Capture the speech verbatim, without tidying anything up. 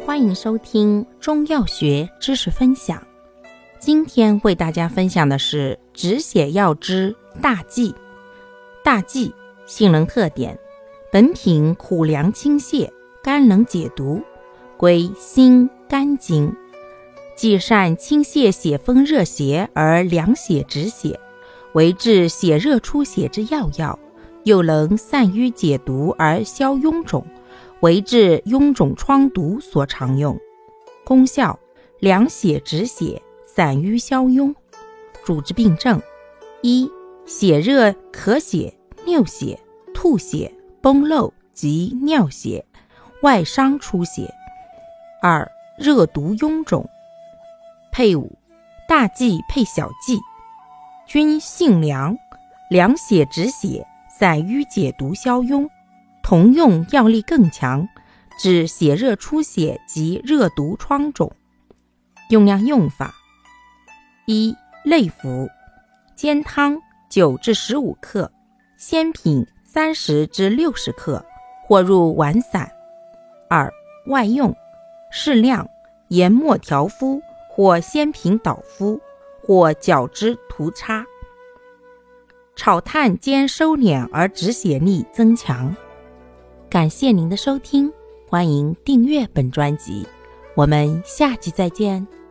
欢迎收听中药学知识分享。今天为大家分享的是止血药之大蓟。大蓟性能特点：本品苦凉清泻，甘能解毒，归心肝经，既善清泻血风热邪而凉血止血，为治血热出血之要药，又能散瘀解毒而消臃肿，为治臃肿疮毒所常用。功效：凉血止血，散瘀消痈。主治病症：一、血热咳血、衄血、吐血、崩漏及尿血、外伤出血。二、热毒臃肿。配伍：大蓟配小蓟，均性凉，凉血止血，散瘀解毒消痈，同用药力更强，治血热出血及热毒疮肿。用量用法：一、类服，煎汤九至十五克，鲜品三十至六十克，或入丸散。二、外用，适量，研末调敷，或鲜品捣敷，或绞汁涂擦。炒炭煎收敛而止血力增强。感谢您的收听，欢迎订阅本专辑，我们下期再见。